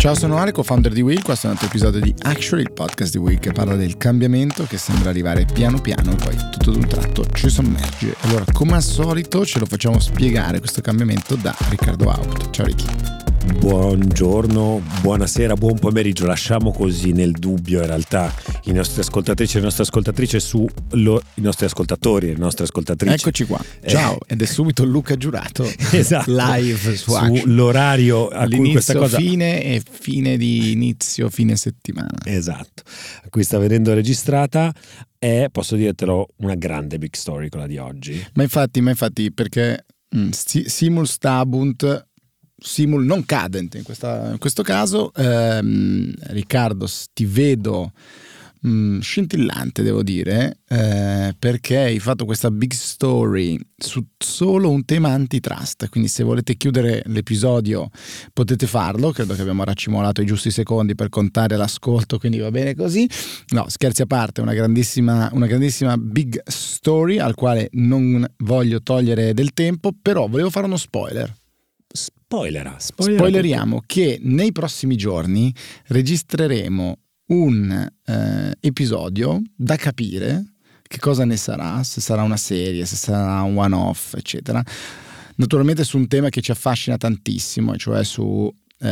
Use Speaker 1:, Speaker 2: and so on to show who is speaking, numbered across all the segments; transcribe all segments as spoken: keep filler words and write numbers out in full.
Speaker 1: Ciao, sono Ale, co-founder di Will. Questo è un altro episodio di Actually, il podcast di Will che parla del cambiamento che sembra arrivare piano piano e poi tutto d'un tratto ci sommerge. Allora, come al solito, ce lo facciamo spiegare questo cambiamento da Riccardo Out. Ciao Ricky.
Speaker 2: Buongiorno, buonasera, buon pomeriggio. Lasciamo così nel dubbio in realtà i nostri ascoltatrici e le nostre ascoltatrici su lo, i nostri ascoltatori e le nostre ascoltatrici.
Speaker 1: Eccoci qua. Ciao, eh. Ed è subito Luca Giurato.
Speaker 2: Esatto.
Speaker 1: Live su
Speaker 2: sull'orario a cui questa cosa
Speaker 1: fine e fine di inizio fine settimana.
Speaker 2: Esatto. A cui sta venendo registrata. È, posso dirtelo, una grande big story quella di oggi.
Speaker 1: Ma infatti, ma infatti perché mh, simul stabunt simul non cadent in, questa, in questo caso. ehm, Riccardo, ti vedo mh, scintillante, devo dire, eh, perché hai fatto questa big story su solo un tema antitrust, quindi se volete chiudere l'episodio potete farlo. Credo che abbiamo raccimolato i giusti secondi per contare l'ascolto, quindi va bene così. No, scherzi a parte, una grandissima, una grandissima big story al quale non voglio togliere del tempo, però volevo fare uno spoiler.
Speaker 2: Spoilera, spoilera
Speaker 1: Spoileriamo tutto. Che nei prossimi giorni registreremo un eh, episodio da capire che cosa ne sarà, se sarà una serie, se sarà un one-off, eccetera. Naturalmente su un tema che ci affascina tantissimo, cioè su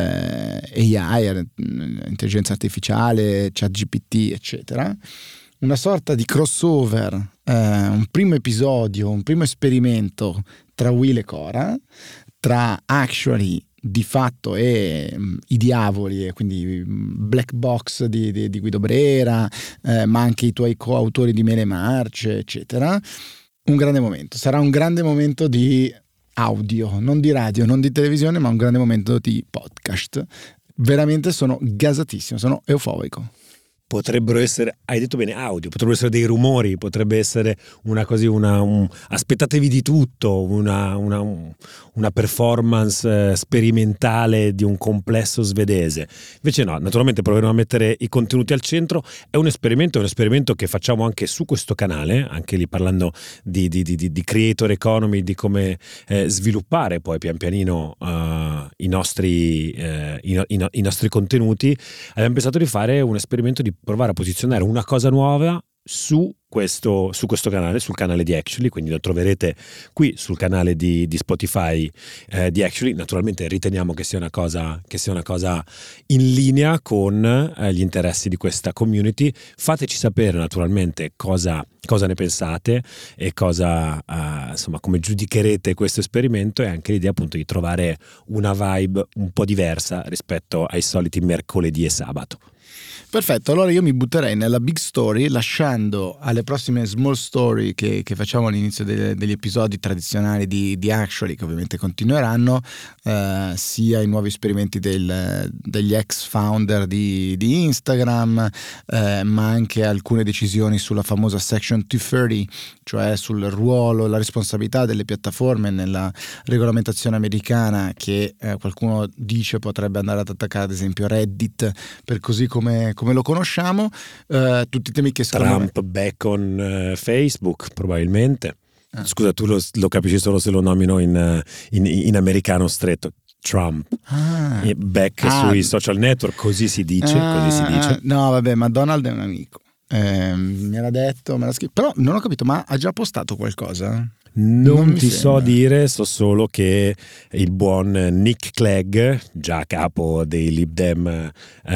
Speaker 1: eh, A I, intelligenza artificiale, ChatGPT, eccetera. Una sorta di crossover, eh, un primo episodio, un primo esperimento tra Will e Cora, tra Actually di fatto e um, i diavoli, e quindi Black Box di, di, di Guido Brera, eh, ma anche i tuoi coautori di Mele Marce, eccetera. Un grande momento, sarà un grande momento di audio, non di radio, non di televisione, ma un grande momento di podcast. Veramente sono gasatissimo, sono euforico.
Speaker 2: Potrebbero essere, hai detto bene, audio, potrebbero essere dei rumori, potrebbe essere una così, una, un, aspettatevi di tutto, una, una, una performance eh, sperimentale di un complesso svedese. Invece no, naturalmente proveremo a mettere i contenuti al centro. È un esperimento, è un esperimento che facciamo anche su questo canale, anche lì parlando di, di, di, di creator economy, di come eh, sviluppare poi pian pianino uh, i, nostri, eh, i, i, i nostri contenuti. Abbiamo pensato di fare un esperimento di provare a posizionare una cosa nuova su questo, su questo canale, sul canale di Actually, quindi lo troverete qui sul canale di, di Spotify eh, di Actually. Naturalmente riteniamo che sia una cosa, che sia una cosa in linea con eh, gli interessi di questa community. Fateci sapere naturalmente cosa, cosa ne pensate e cosa, eh, insomma, come giudicherete questo esperimento, e anche l'idea appunto di trovare una vibe un po' diversa rispetto ai soliti mercoledì e sabato.
Speaker 1: Perfetto, allora io mi butterei nella big story, lasciando alle prossime small story che, che facciamo all'inizio de, degli episodi tradizionali di, di Actually, che ovviamente continueranno, eh, sia i nuovi esperimenti del, degli ex founder di, di Instagram, eh, ma anche alcune decisioni sulla famosa Section duecentotrenta, cioè sul ruolo e la responsabilità delle piattaforme nella regolamentazione americana, che eh, qualcuno dice potrebbe andare ad attaccare ad esempio Reddit, per così come come lo conosciamo, uh, tutti i temi che
Speaker 2: Trump
Speaker 1: me...
Speaker 2: back on uh, Facebook probabilmente. Ah. Scusa, tu lo, lo capisci solo se lo nomino in, in, in americano stretto. Trump ah. back ah. sui social network, così si dice, ah. così si dice.
Speaker 1: No, vabbè, ma Donald è un amico. Eh, me l'ha detto, me l'ha scritto, però non ho capito, ma ha già postato qualcosa?
Speaker 2: Non, non ti so dire, so solo che il buon Nick Clegg, già capo dei Lib Dem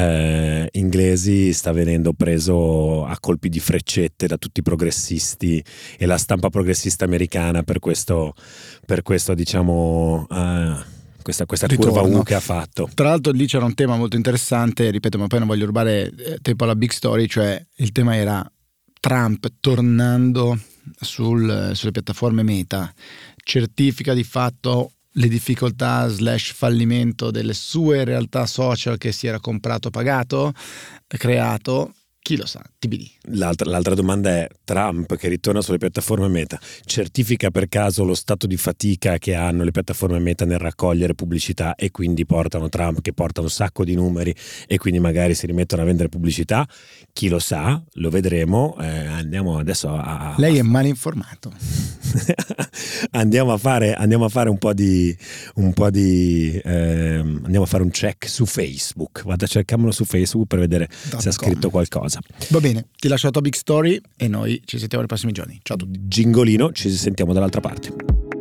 Speaker 2: eh, inglesi, sta venendo preso a colpi di freccette da tutti i progressisti e la stampa progressista americana per questo, per questo diciamo... Uh, questa, questa curva U che ha fatto.
Speaker 1: Tra l'altro lì c'era un tema molto interessante, ripeto, ma poi non voglio rubare tempo alla big story, cioè il tema era Trump tornando sul, sulle piattaforme Meta, certifica di fatto le difficoltà slash fallimento delle sue realtà social che si era comprato, pagato, creato, Chi lo sa, T B D.
Speaker 2: L'altra, l'altra domanda è: Trump, che ritorna sulle piattaforme Meta, certifica per caso lo stato di fatica che hanno le piattaforme Meta nel raccogliere pubblicità, e quindi portano Trump che porta un sacco di numeri e quindi magari si rimettono a vendere pubblicità? Chi lo sa, lo vedremo. Eh, andiamo adesso a...
Speaker 1: Lei è mal informato.
Speaker 2: andiamo a fare andiamo a fare un po' di un po' di ehm, andiamo a fare un check su Facebook. Vado a cercarmelo su Facebook per vedere
Speaker 1: Dot
Speaker 2: se ha
Speaker 1: com.
Speaker 2: scritto qualcosa.
Speaker 1: Va bene, ti lascio la tua big story e noi ci sentiamo nei prossimi giorni. Ciao a tutti.
Speaker 2: Gingolino, ci sentiamo dall'altra parte.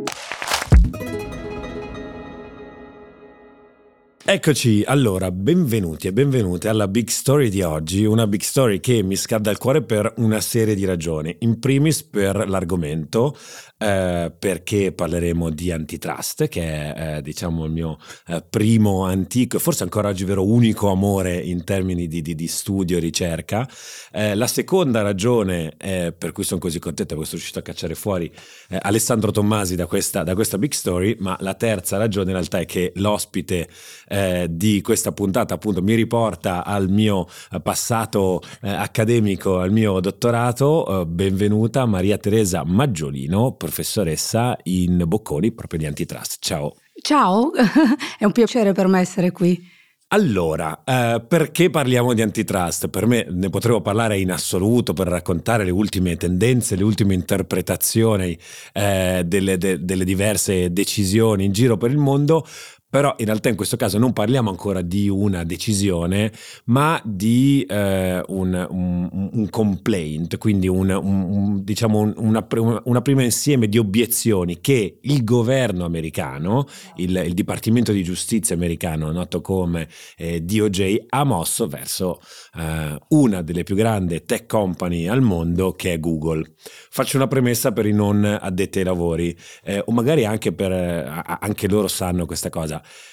Speaker 2: Eccoci, allora, benvenuti e benvenute alla Big Story di oggi, una Big Story che mi scalda il cuore per una serie di ragioni. In primis per l'argomento, eh, perché parleremo di antitrust, che è eh, diciamo il mio eh, primo antico e forse ancora oggi vero unico amore in termini di, di, di studio e ricerca. Eh, la seconda ragione eh, per cui sono così contento, perché sono riuscito a cacciare fuori eh, Alessandro Tommasi da questa, da questa Big Story, ma la terza ragione in realtà è che l'ospite eh, di questa puntata appunto mi riporta al mio eh, passato eh, accademico, al mio dottorato. Eh, benvenuta Maria Teresa Maggiolino, professoressa in Bocconi proprio di antitrust. Ciao.
Speaker 3: Ciao, è un piacere per me essere qui.
Speaker 2: Allora, eh, perché parliamo di antitrust? Per me ne potremmo parlare in assoluto per raccontare le ultime tendenze, le ultime interpretazioni eh, delle, de, delle diverse decisioni in giro per il mondo. Però in realtà in questo caso non parliamo ancora di una decisione, ma di eh, un, un, un complaint, quindi un, un, diciamo un, una, una prima insieme di obiezioni che il governo americano, il, il Dipartimento di Giustizia americano, noto come eh, D O J, ha mosso verso eh, una delle più grandi tech company al mondo, che è Google. Faccio una premessa per i non addetti ai lavori, eh, o magari anche per eh, anche loro sanno questa cosa.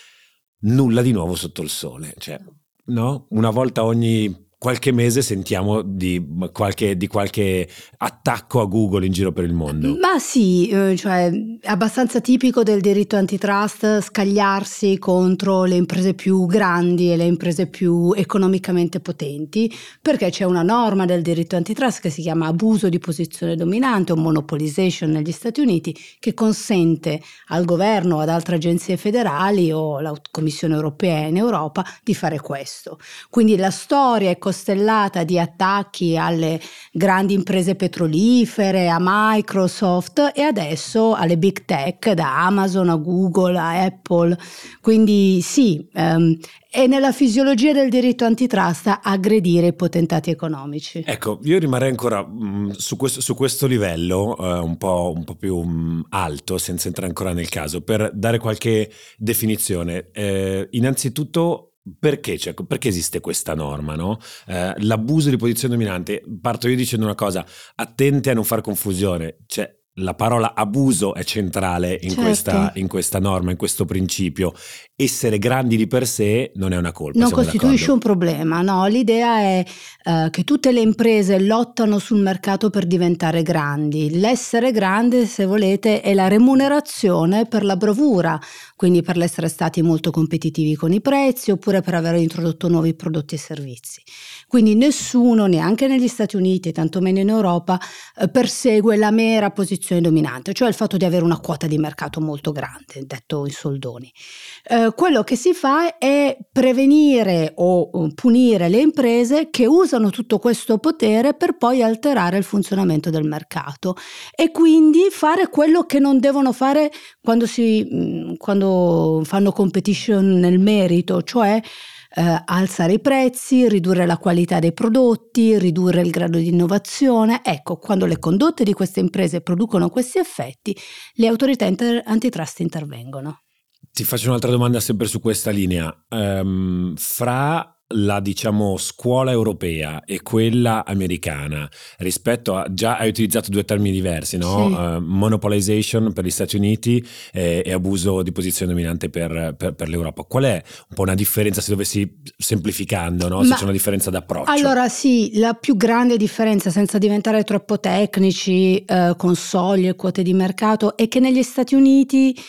Speaker 2: Nulla di nuovo sotto il sole, cioè, no? Una volta ogni qualche mese sentiamo di qualche, di qualche attacco a Google in giro per il mondo.
Speaker 3: Ma sì, eh, cioè è abbastanza tipico del diritto antitrust scagliarsi contro le imprese più grandi e le imprese più economicamente potenti, perché c'è una norma del diritto antitrust che si chiama abuso di posizione dominante o monopolization negli Stati Uniti, che consente al governo o ad altre agenzie federali o la Commissione europea in Europa di fare questo. Quindi la storia è costellata di attacchi alle grandi imprese petrolifere, a Microsoft e adesso alle big tech, da Amazon a Google a Apple. Quindi sì, um, è nella fisiologia del diritto antitrust aggredire i potentati economici.
Speaker 2: Ecco, io rimarrei ancora mh, su, questo, su questo livello eh, un po', un po' più mh, alto, senza entrare ancora nel caso, per dare qualche definizione. Eh, innanzitutto, Perché, cioè, perché esiste questa norma, no? Eh, l'abuso di posizione dominante, parto io dicendo una cosa: attenti a non far confusione, cioè la parola abuso è centrale in,
Speaker 3: certo.
Speaker 2: questa, in questa norma, in questo principio. Essere grandi di per sé non è una colpa.
Speaker 3: Non costituisce un problema, no? L'idea è uh, che tutte le imprese lottano sul mercato per diventare grandi. L'essere grande, se volete, è la remunerazione per la bravura, quindi per l'essere stati molto competitivi con i prezzi oppure per aver introdotto nuovi prodotti e servizi. Quindi nessuno, neanche negli Stati Uniti, tantomeno in Europa, eh, persegue la mera posizione dominante, cioè il fatto di avere una quota di mercato molto grande, detto in soldoni. Eh, quello che si fa è prevenire o, o punire le imprese che usano tutto questo potere per poi alterare il funzionamento del mercato e quindi fare quello che non devono fare quando, si, quando fanno competition nel merito, cioè Eh, alzare i prezzi, ridurre la qualità dei prodotti, ridurre il grado di innovazione. Ecco, quando le condotte di queste imprese producono questi effetti, le autorità inter- antitrust intervengono.
Speaker 2: Ti faccio un'altra domanda sempre su questa linea. Um, fra la diciamo scuola europea e quella americana, rispetto a, già hai utilizzato due termini diversi, no?
Speaker 3: Sì.
Speaker 2: Uh, monopolization per gli Stati Uniti e, e abuso di posizione dominante per, per, per l'Europa. Qual è un po' una differenza, se dovessi semplificando, no? Se
Speaker 3: Ma,
Speaker 2: c'è una differenza d'approccio?
Speaker 3: Allora sì, la più grande differenza, senza diventare troppo tecnici, eh, con soglie e quote di mercato, è che negli Stati Uniti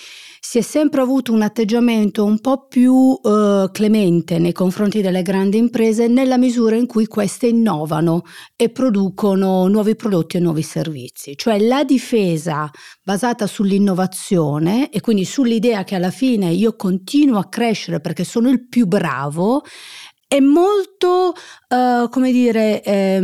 Speaker 3: si è sempre avuto un atteggiamento un po' più eh, clemente nei confronti delle grandi imprese nella misura in cui queste innovano e producono nuovi prodotti e nuovi servizi. Cioè la difesa basata sull'innovazione e quindi sull'idea che alla fine io continuo a crescere perché sono il più bravo è molto, uh, come dire,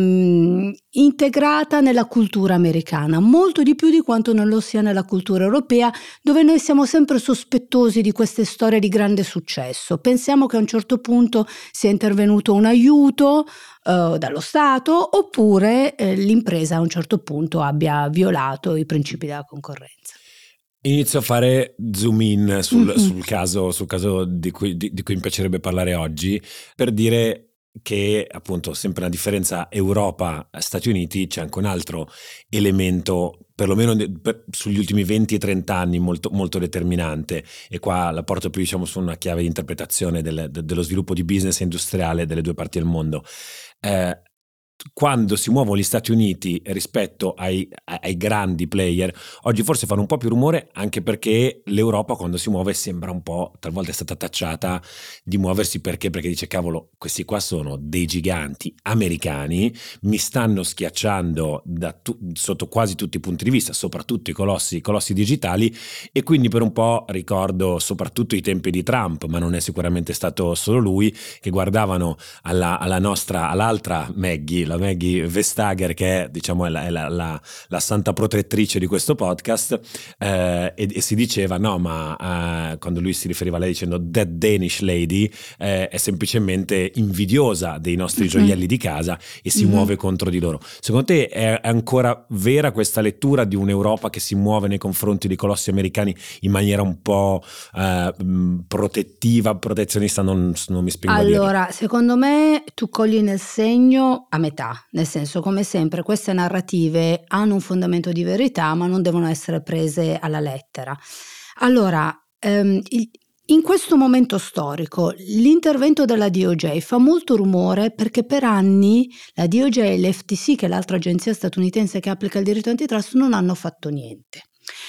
Speaker 3: ehm, integrata nella cultura americana, molto di più di quanto non lo sia nella cultura europea, dove noi siamo sempre sospettosi di queste storie di grande successo. Pensiamo che a un certo punto sia intervenuto un aiuto uh, dallo Stato, oppure eh, l'impresa a un certo punto abbia violato i principi della concorrenza.
Speaker 2: Inizio a fare zoom in sul, mm-hmm. sul caso, sul caso di, cui, di, di cui mi piacerebbe parlare oggi, per dire che appunto sempre una differenza Europa-Stati Uniti, c'è anche un altro elemento, perlomeno per, sugli ultimi venti trenta anni, molto, molto determinante, e qua la porto più diciamo su una chiave di interpretazione del, de, dello sviluppo di business industriale delle due parti del mondo. Eh, Quando si muovono gli Stati Uniti rispetto ai, ai grandi player, oggi forse fanno un po' più rumore, anche perché l'Europa quando si muove sembra un po', talvolta è stata tacciata di muoversi perché perché dice cavolo, questi qua sono dei giganti americani, mi stanno schiacciando da tu, sotto quasi tutti i punti di vista, soprattutto i colossi, i colossi digitali, e quindi per un po' ricordo soprattutto i tempi di Trump, ma non è sicuramente stato solo lui, che guardavano alla, alla nostra, all'altra Maggie, la Maggie Vestager, che è diciamo è la, è la, la, la santa protettrice di questo podcast, eh, e, e si diceva no ma eh, quando lui si riferiva a lei dicendo that Danish lady eh, è semplicemente invidiosa dei nostri gioielli di casa e si mm-hmm. muove contro di loro. Secondo te è, è ancora vera questa lettura di un'Europa che si muove nei confronti dei colossi americani in maniera un po' eh, protettiva, protezionista? Non, non mi spingo
Speaker 3: allora,
Speaker 2: a
Speaker 3: allora secondo me tu cogli nel segno a metà, nel senso, come sempre queste narrative hanno un fondamento di verità ma non devono essere prese alla lettera. Allora ehm, il, in questo momento storico l'intervento della D O J fa molto rumore perché per anni la D O J e l'F T C, che è l'altra agenzia statunitense che applica il diritto antitrust, non hanno fatto niente.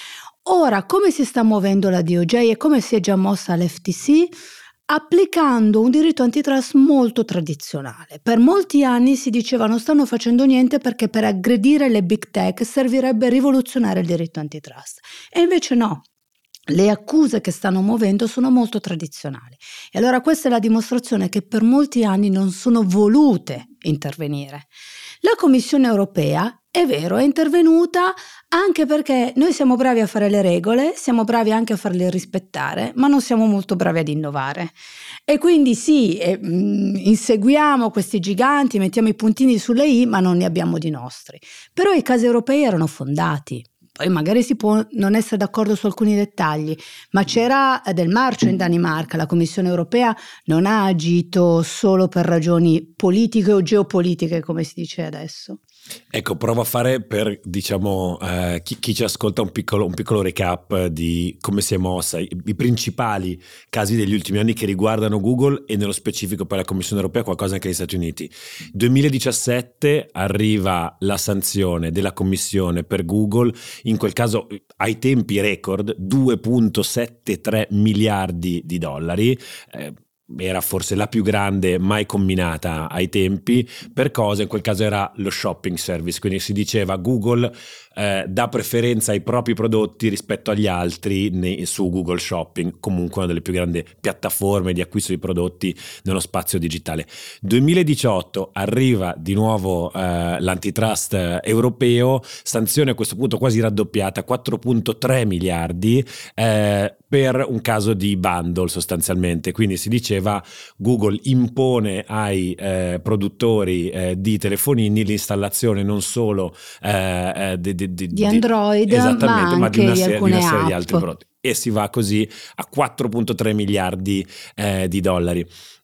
Speaker 3: Ora, come si sta muovendo la D O J e come si è già mossa l'F T C? Applicando un diritto antitrust molto tradizionale. Per molti anni si diceva non stanno facendo niente perché per aggredire le big tech servirebbe rivoluzionare il diritto antitrust. E invece no. Le accuse che stanno muovendo sono molto tradizionali. E allora questa è la dimostrazione che per molti anni non sono volute intervenire. La Commissione europea, è vero, è intervenuta anche perché noi siamo bravi a fare le regole, siamo bravi anche a farle rispettare, ma non siamo molto bravi ad innovare. E quindi sì, eh, inseguiamo questi giganti, mettiamo i puntini sulle i, ma non ne abbiamo di nostri. Però i casi europei erano fondati. Poi magari si può non essere d'accordo su alcuni dettagli, ma c'era del marcio in Danimarca. La Commissione europea non ha agito solo per ragioni politiche o geopolitiche, come si dice adesso.
Speaker 2: Ecco, provo a fare per, diciamo, eh, chi, chi ci ascolta un piccolo, un piccolo recap di come si è mossa, i, i principali casi degli ultimi anni che riguardano Google e nello specifico per la Commissione europea, qualcosa anche negli Stati Uniti. duemiladiciassette arriva la sanzione della Commissione per Google, in quel caso ai tempi record due virgola settantatré miliardi di dollari, eh, era forse la più grande mai combinata ai tempi, per cosa? In quel caso era lo shopping service, quindi si diceva Google eh, dà preferenza ai propri prodotti rispetto agli altri nei, su Google Shopping, comunque una delle più grandi piattaforme di acquisto di prodotti nello spazio digitale. duemiladiciotto arriva di nuovo eh, l'antitrust eh, europeo, sanzione a questo punto quasi raddoppiata, quattro virgola tre miliardi eh, per un caso di bundle sostanzialmente, quindi si diceva Google impone ai eh, produttori eh, di telefonini l'installazione non solo eh, di, di, di,
Speaker 3: di Android,
Speaker 2: esattamente,
Speaker 3: ma anche
Speaker 2: ma di una,
Speaker 3: di
Speaker 2: serie, di una serie
Speaker 3: app.
Speaker 2: di altri prodotti, e si va così a quattro virgola tre miliardi eh, di dollari.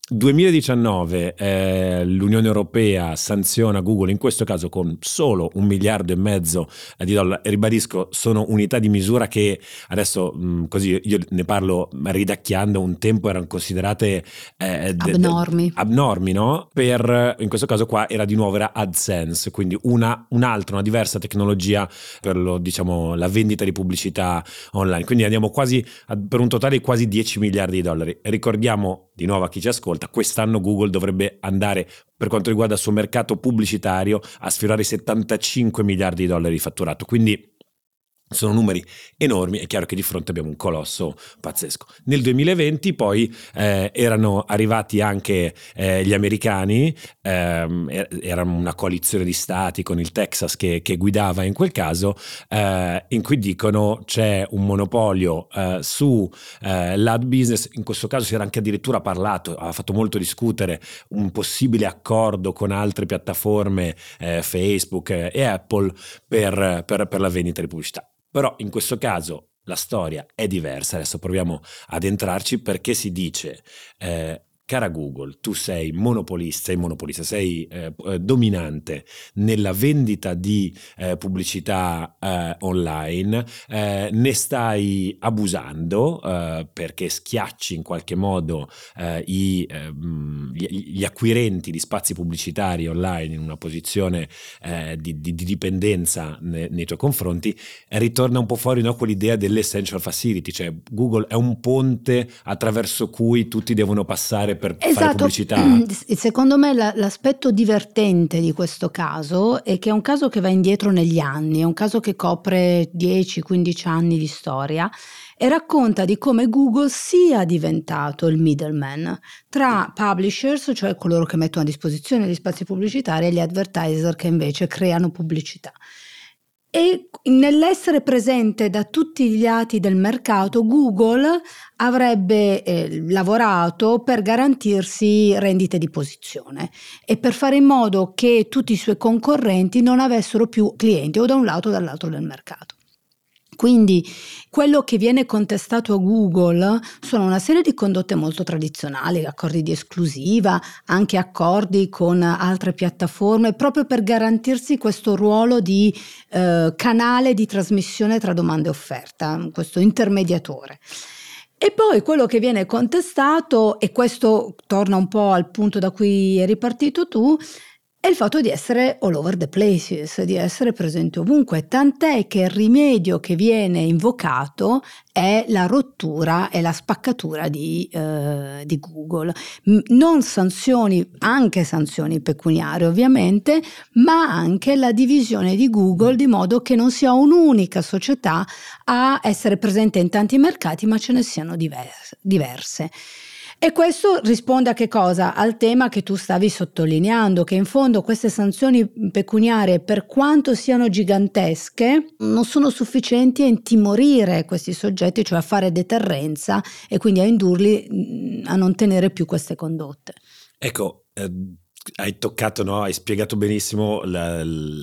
Speaker 2: duemiladiciannove eh, l'Unione Europea sanziona Google, in questo caso con solo un miliardo e mezzo di dollari. Ribadisco, sono unità di misura che adesso mh, così io ne parlo ridacchiando, un tempo erano considerate eh,
Speaker 3: abnormi,
Speaker 2: de, de, abnormi, no? Per, in questo caso qua era di nuovo era AdSense, quindi una, un'altra, una diversa tecnologia per lo, diciamo, la vendita di pubblicità online. Quindi andiamo quasi a, per un totale di quasi dieci miliardi di dollari. Ricordiamo di nuovo a chi ci ascolta, quest'anno Google dovrebbe andare, per quanto riguarda il suo mercato pubblicitario, a sfiorare i settantacinque miliardi di dollari di fatturato, quindi sono numeri enormi. È chiaro che di fronte abbiamo un colosso pazzesco. Nel duemilaventi poi eh, erano arrivati anche eh, gli americani, ehm, era una coalizione di stati con il Texas che, che guidava in quel caso, eh, in cui dicono c'è un monopolio eh, su eh, l'ad business. In questo caso si era anche addirittura parlato, ha fatto molto discutere un possibile accordo con altre piattaforme, eh, Facebook eh, e Apple per, per, per la vendita di pubblicità. Però in questo caso la storia è diversa, adesso proviamo ad entrarci, perché si dice eh, cara Google, tu sei monopolista, sei monopolista, sei eh, dominante nella vendita di eh, pubblicità eh, online, eh, ne stai abusando eh, perché schiacci in qualche modo eh, i, eh, gli, gli acquirenti di spazi pubblicitari online in una posizione eh, di, di, di dipendenza ne, nei tuoi confronti. Ritorna un po' fuori, no, quell'idea dell'essential facility, cioè Google è un ponte attraverso cui tutti devono passare per
Speaker 3: esatto.
Speaker 2: fare pubblicità.
Speaker 3: Secondo me la, l'aspetto divertente di questo caso è che è un caso che va indietro negli anni, è un caso che copre dieci quindici anni di storia e racconta di come Google sia diventato il middleman tra publishers, cioè coloro che mettono a disposizione gli spazi pubblicitari, e gli advertiser che invece creano pubblicità. E nell'essere presente da tutti gli lati del mercato, Google avrebbe eh, lavorato per garantirsi rendite di posizione e per fare in modo che tutti i suoi concorrenti non avessero più clienti o da un lato o dall'altro del mercato. Quindi quello che viene contestato a Google sono una serie di condotte molto tradizionali, accordi di esclusiva, anche accordi con altre piattaforme, proprio per garantirsi questo ruolo di eh, canale di trasmissione tra domanda e offerta, questo intermediatore. E poi quello che viene contestato, e questo torna un po' al punto da cui eri partito tu, è il fatto di essere all over the places, di essere presente ovunque, tant'è che il rimedio che viene invocato è la rottura e la spaccatura di, eh, di Google. Non sanzioni, anche sanzioni pecuniarie ovviamente, ma anche la divisione di Google di modo che non sia un'unica società a essere presente in tanti mercati, ma ce ne siano diverse. diverse. E questo risponde a che cosa? Al tema che tu stavi sottolineando, che in fondo queste sanzioni pecuniarie, per quanto siano gigantesche, non sono sufficienti a intimorire questi soggetti, cioè a fare deterrenza e quindi a indurli a non tenere più queste condotte.
Speaker 2: Ecco, eh, hai toccato, no? Hai spiegato benissimo la,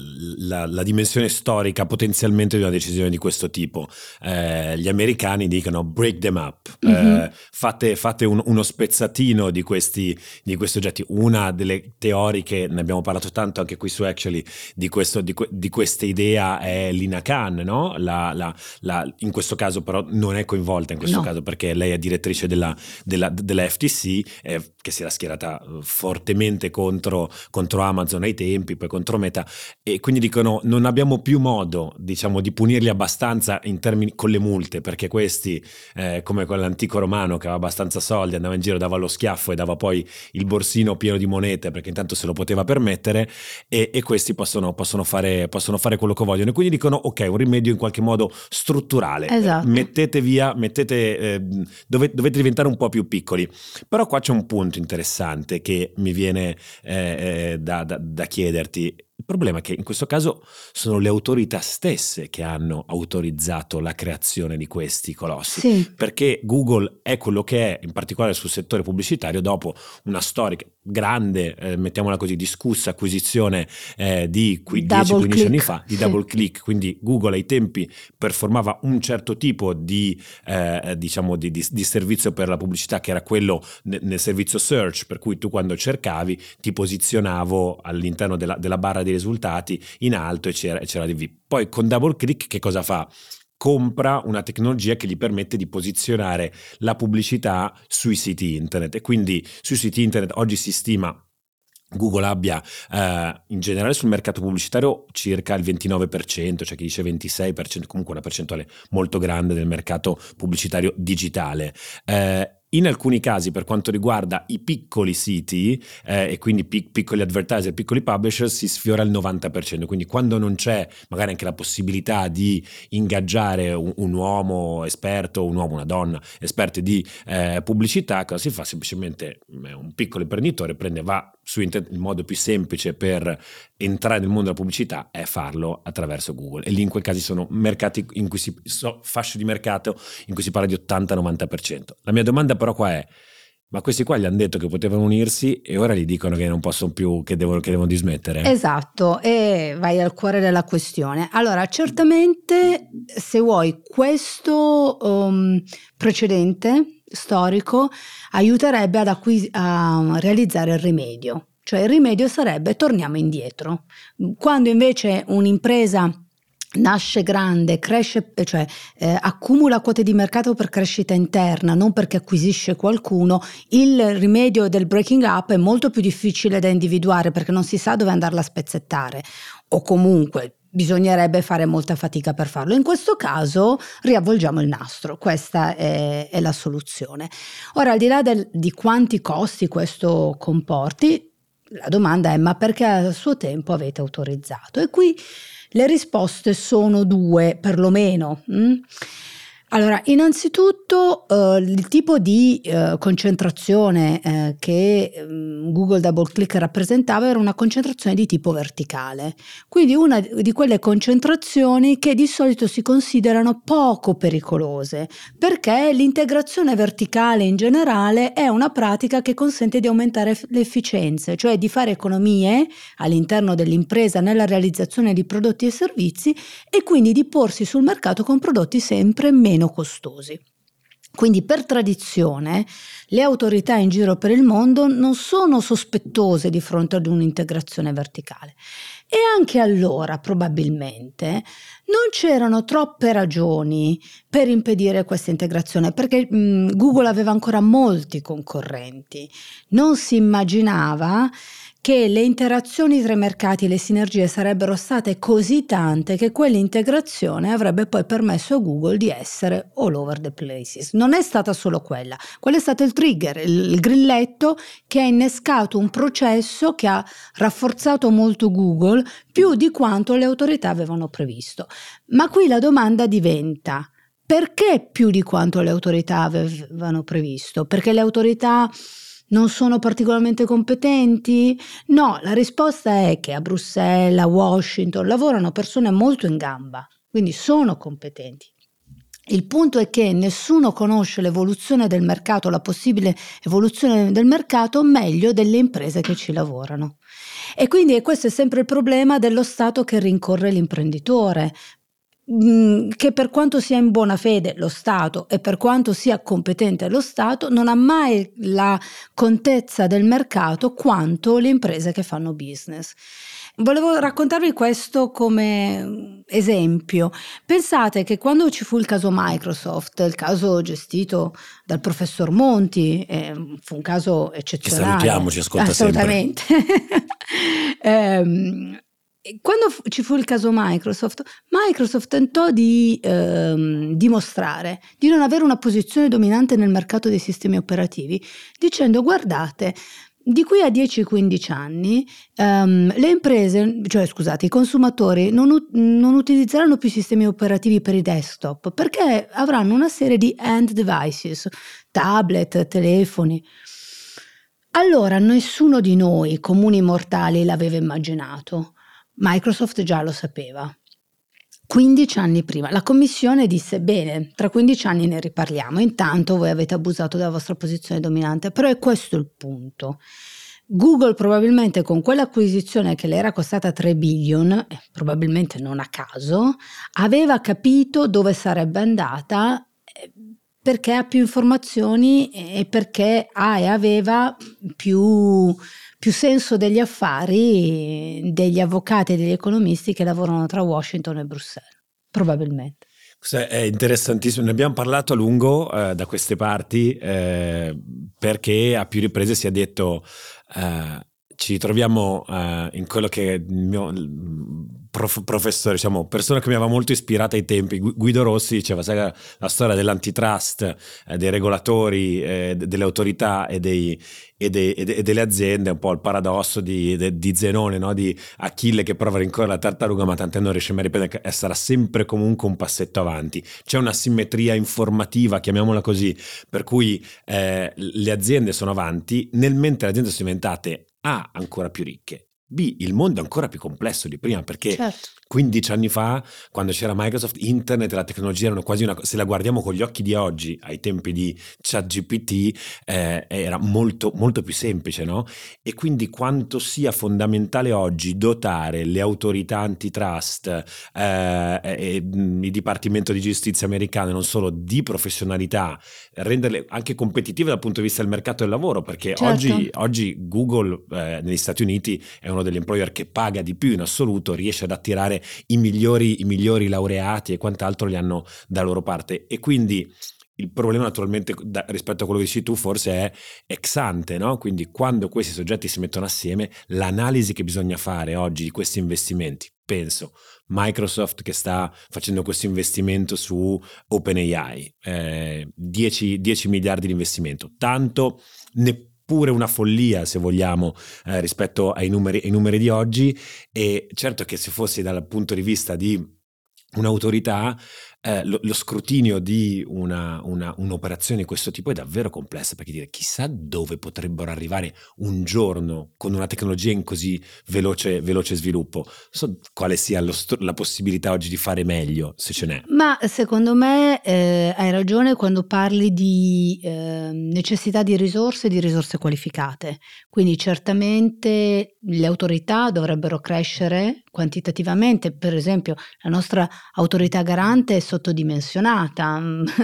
Speaker 2: la, la dimensione storica potenzialmente di una decisione di questo tipo. Eh, gli americani dicono break them up, mm-hmm. eh, fate, fate un, uno spezzatino di questi, di questi oggetti. Una delle teoriche, ne abbiamo parlato tanto anche qui su Actually, di, questo, di, di questa idea è Lina Khan, no? La, la, la, in questo caso però non è coinvolta in questo no. caso, perché lei è direttrice della, della, della F T C, eh, che si era schierata fortemente contro Contro, contro Amazon ai tempi, poi contro Meta, e quindi dicono non abbiamo più modo, diciamo, di punirli abbastanza in termini con le multe, perché questi eh, come quell'antico romano che aveva abbastanza soldi, andava in giro, dava lo schiaffo e dava poi il borsino pieno di monete perché intanto se lo poteva permettere, e, e questi possono, possono, fare, possono fare quello che vogliono, e quindi dicono ok, un rimedio in qualche modo strutturale,
Speaker 3: esatto.
Speaker 2: mettete via, mettete eh, dovete, dovete diventare un po' più piccoli. Però qua c'è un punto interessante che mi viene Eh, eh, da, da, da chiederti. problema è che in questo caso sono le autorità stesse che hanno autorizzato la creazione di questi colossi,
Speaker 3: Sì.
Speaker 2: perché Google è quello che è, in particolare sul settore pubblicitario, dopo una storica, grande, eh, mettiamola così, discussa acquisizione eh, di dieci quindici anni fa di
Speaker 3: sì.
Speaker 2: DoubleClick. Quindi Google ai tempi performava un certo tipo di, eh, diciamo di, di, di servizio per la pubblicità, che era quello nel, nel servizio search, per cui tu quando cercavi ti posizionavo all'interno della, della barra dei risultati in alto e c'era, c'era D V. Poi con DoubleClick che cosa fa? Compra una tecnologia che gli permette di posizionare la pubblicità sui siti internet, e quindi sui siti internet oggi si stima Google abbia eh, in generale sul mercato pubblicitario circa il ventinove per cento, c'è cioè chi dice ventisei per cento, comunque una percentuale molto grande del mercato pubblicitario digitale. Eh, in alcuni casi, per quanto riguarda i piccoli siti eh, e quindi pic- piccoli advertiser, piccoli publisher, si sfiora il novanta per cento. Quindi quando non c'è magari anche la possibilità di ingaggiare un, un uomo esperto, un uomo, una donna esperte di eh, pubblicità, cosa si fa? Semplicemente un piccolo imprenditore prende, va su internet. Il modo più semplice per entrare nel mondo della pubblicità è farlo attraverso Google, e lì in quel caso sono mercati in cui si so, fasce di mercato in cui si parla di ottanta novanta per cento. La mia domanda però qua è: ma questi qua gli hanno detto che potevano unirsi e ora gli dicono che non possono più, che devono, che devono dismettere?
Speaker 3: Esatto, e vai al cuore della questione. Allora, certamente, se vuoi, questo um, precedente storico aiuterebbe ad acquis- a realizzare il rimedio. Cioè il rimedio sarebbe: torniamo indietro. Quando invece un'impresa nasce grande, cresce, cioè eh, accumula quote di mercato per crescita interna, non perché acquisisce qualcuno, il rimedio del breaking up è molto più difficile da individuare, perché non si sa dove andarla a spezzettare, o comunque bisognerebbe fare molta fatica per farlo. In questo caso riavvolgiamo il nastro, questa è, è la soluzione. Ora, al di là del, di quanti costi questo comporti, la domanda è: ma perché a suo tempo avete autorizzato? E qui le risposte sono due, perlomeno. Mm? Allora, innanzitutto eh, il tipo di eh, concentrazione eh, che eh, Google DoubleClick rappresentava era una concentrazione di tipo verticale, quindi una di quelle concentrazioni che di solito si considerano poco pericolose, perché l'integrazione verticale in generale è una pratica che consente di aumentare le efficienze, cioè di fare economie all'interno dell'impresa nella realizzazione di prodotti e servizi, e quindi di porsi sul mercato con prodotti sempre meno costosi. Quindi per tradizione le autorità in giro per il mondo non sono sospettose di fronte ad un'integrazione verticale, e anche allora probabilmente non c'erano troppe ragioni per impedire questa integrazione, perché mh, Google aveva ancora molti concorrenti. Non si immaginava che le interazioni tra i mercati e le sinergie sarebbero state così tante che quell'integrazione avrebbe poi permesso a Google di essere all over the places. Non è stata solo quella, quello è stato il trigger, il, il grilletto che ha innescato un processo che ha rafforzato molto Google, più di quanto le autorità avevano previsto. Ma qui la domanda diventa: perché più di quanto le autorità avevano previsto? Perché le autorità non sono particolarmente competenti? No, la risposta è che a Bruxelles, a Washington lavorano persone molto in gamba, quindi sono competenti. Il punto è che nessuno conosce l'evoluzione del mercato, la possibile evoluzione del mercato meglio delle imprese che ci lavorano. E quindi questo è sempre il problema dello Stato che rincorre l'imprenditore, che per quanto sia in buona fede lo Stato e per quanto sia competente lo Stato, non ha mai la contezza del mercato quanto le imprese che fanno business. Volevo raccontarvi questo come esempio. Pensate che quando ci fu il caso Microsoft, il caso gestito dal professor Monti, eh, fu un caso eccezionale.
Speaker 2: Ci salutiamo, ci ascolta
Speaker 3: assolutamente. ehm, Quando fu, ci fu il caso Microsoft, Microsoft tentò di ehm, dimostrare di non avere una posizione dominante nel mercato dei sistemi operativi, dicendo: guardate, di qui a dieci quindici anni um, le imprese, cioè scusate, i consumatori non, u- non utilizzeranno più sistemi operativi per i desktop, perché avranno una serie di end devices, tablet, telefoni. Allora nessuno di noi comuni mortali l'aveva immaginato. Microsoft già lo sapeva. quindici anni prima. La commissione disse: bene, tra quindici anni ne riparliamo, intanto voi avete abusato della vostra posizione dominante. Però è questo il punto. Google probabilmente con quell'acquisizione che le era costata tre billion, eh, probabilmente non a caso, aveva capito dove sarebbe andata, eh, perché ha più informazioni e perché ha e aveva più, più senso degli affari degli avvocati e degli economisti che lavorano tra Washington e Bruxelles, probabilmente.
Speaker 2: Questo è interessantissimo, ne abbiamo parlato a lungo eh, da queste parti, eh, perché a più riprese si è detto eh, ci troviamo eh, in quello che il mio prof, professore, diciamo, persona che mi aveva molto ispirato ai tempi, Guido Rossi, diceva: sai, la, la storia dell'antitrust, eh, dei regolatori, eh, delle autorità e, dei, e, dei, e, de, e delle aziende, è un po' il paradosso di, de, di Zenone, no? Di Achille che prova a rincorrere la tartaruga ma tant'è non riesce mai a ripetere, che sarà sempre comunque un passetto avanti. C'è una simmetria informativa, chiamiamola così, per cui eh, le aziende sono avanti, nel mentre le aziende sono diventate A, ancora più ricche, B, il mondo è ancora più complesso di prima, perché
Speaker 3: certo.
Speaker 2: quindici anni fa, quando c'era Microsoft, internet e la tecnologia erano quasi una, se la guardiamo con gli occhi di oggi, ai tempi di ChatGPT, eh, era molto, molto più semplice, no? E quindi quanto sia fondamentale oggi dotare le autorità antitrust, eh, e il Dipartimento di Giustizia americano, non solo, di professionalità, renderle anche competitive dal punto di vista del mercato del lavoro, perché
Speaker 3: Certo.
Speaker 2: oggi, oggi Google eh, negli Stati Uniti è uno degli employer che paga di più in assoluto, riesce ad attirare i migliori, i migliori laureati e quant'altro li hanno da loro parte. E quindi il problema naturalmente da, rispetto a quello che dici tu forse è ex ante, no? Quindi quando questi soggetti si mettono assieme, l'analisi che bisogna fare oggi di questi investimenti, penso Microsoft che sta facendo questo investimento su OpenAI, eh, dieci miliardi di investimento, tanto ne pure una follia se vogliamo eh, rispetto ai numeri, ai numeri di oggi. E certo che se fossi dal punto di vista di un'autorità, eh, lo, lo scrutinio di una, una, un'operazione di questo tipo è davvero complessa, perché dire chissà dove potrebbero arrivare un giorno con una tecnologia in così veloce, veloce sviluppo. Non so quale sia lo, la possibilità oggi di fare meglio, se ce n'è.
Speaker 3: Ma secondo me eh, hai ragione quando parli di eh, necessità di risorse e di risorse qualificate. Quindi certamente le autorità dovrebbero crescere quantitativamente. Per esempio la nostra autorità garante è sottodimensionata.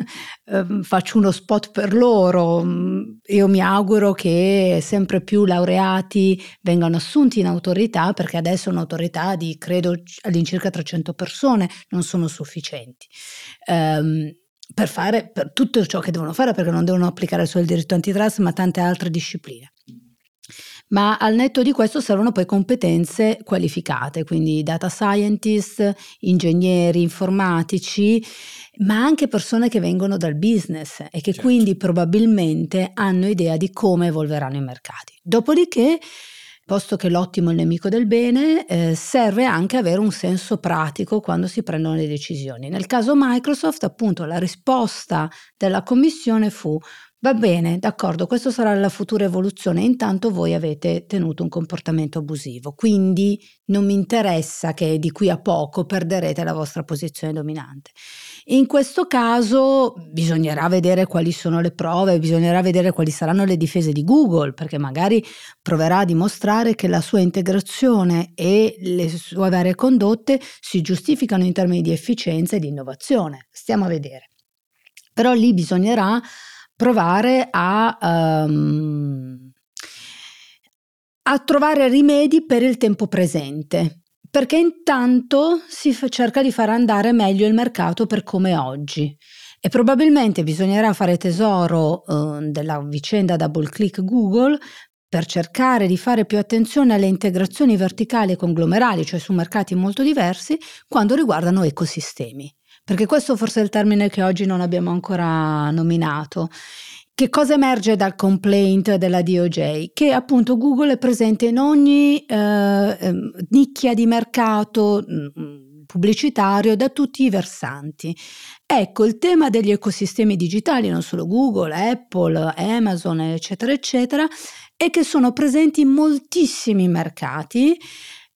Speaker 3: Faccio uno spot per loro. Io mi auguro che sempre più laureati vengano assunti in autorità, perché adesso è un'autorità di credo all'incirca trecento persone, non sono sufficienti um, per fare per tutto ciò che devono fare, perché non devono applicare solo il diritto antitrust ma tante altre discipline. Ma al netto di questo servono poi competenze qualificate, quindi data scientist, ingegneri informatici, ma anche persone che vengono dal business e che
Speaker 2: certo.
Speaker 3: quindi probabilmente hanno idea di come evolveranno i mercati. Dopodiché, posto che l'ottimo è il nemico del bene, eh, serve anche avere un senso pratico quando si prendono le decisioni. Nel caso Microsoft, appunto, la risposta della commissione fu: va bene, d'accordo, questa sarà la futura evoluzione, intanto voi avete tenuto un comportamento abusivo, quindi non mi interessa che di qui a poco perderete la vostra posizione dominante. In questo caso bisognerà vedere quali sono le prove, bisognerà vedere quali saranno le difese di Google, perché magari proverà a dimostrare che la sua integrazione e le sue varie condotte si giustificano in termini di efficienza e di innovazione. Stiamo a vedere. Però lì bisognerà provare a, um, a trovare rimedi per il tempo presente, perché intanto si f- cerca di far andare meglio il mercato per come è oggi, e probabilmente bisognerà fare tesoro uh, della vicenda double click Google per cercare di fare più attenzione alle integrazioni verticali e conglomerali, cioè su mercati molto diversi, quando riguardano ecosistemi. Perché questo forse è il termine che oggi non abbiamo ancora nominato. Che cosa emerge dal complaint della D O J? Che appunto Google è presente in ogni eh, nicchia di mercato mh, pubblicitario da tutti i versanti. Ecco, il tema degli ecosistemi digitali, non solo Google, Apple, Amazon, eccetera, eccetera, è che sono presenti in moltissimi mercati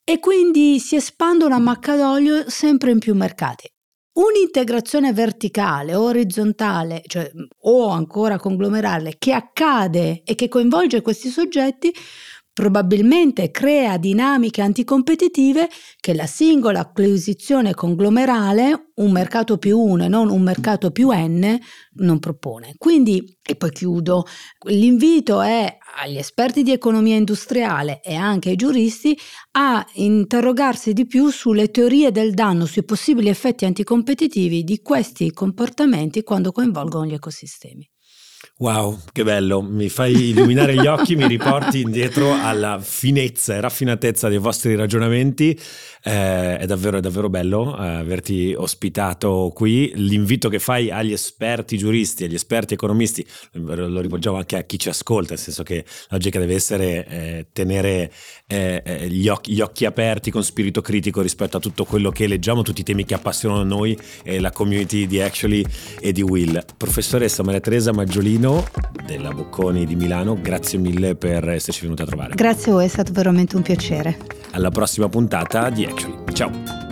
Speaker 3: e quindi si espandono a macchia d'olio sempre in più mercati. Un'integrazione verticale o orizzontale, cioè, o ancora conglomerale, che accade e che coinvolge questi soggetti, probabilmente crea dinamiche anticompetitive che la singola acquisizione conglomerale, un mercato più uno e non un mercato più n, non propone. Quindi, e poi chiudo, l'invito è agli esperti di economia industriale e anche ai giuristi a interrogarsi di più sulle teorie del danno, sui possibili effetti anticompetitivi di questi comportamenti quando coinvolgono gli ecosistemi.
Speaker 2: Wow, che bello, mi fai illuminare gli occhi, mi riporti indietro alla finezza e raffinatezza dei vostri ragionamenti, eh, è davvero, è davvero bello eh, averti ospitato qui. L'invito che fai agli esperti giuristi, agli esperti economisti, lo rivolgiamo anche a chi ci ascolta, nel senso che la logica deve essere eh, tenere eh, gli, occhi, gli occhi aperti con spirito critico rispetto a tutto quello che leggiamo, tutti i temi che appassionano noi e la community di Actually e di Will. Professoressa Maria Teresa Maggiolino della Bocconi di Milano, grazie mille per esserci venuta a trovare.
Speaker 3: Grazie a voi, è stato veramente un piacere.
Speaker 2: Alla prossima puntata di Actually. Ciao.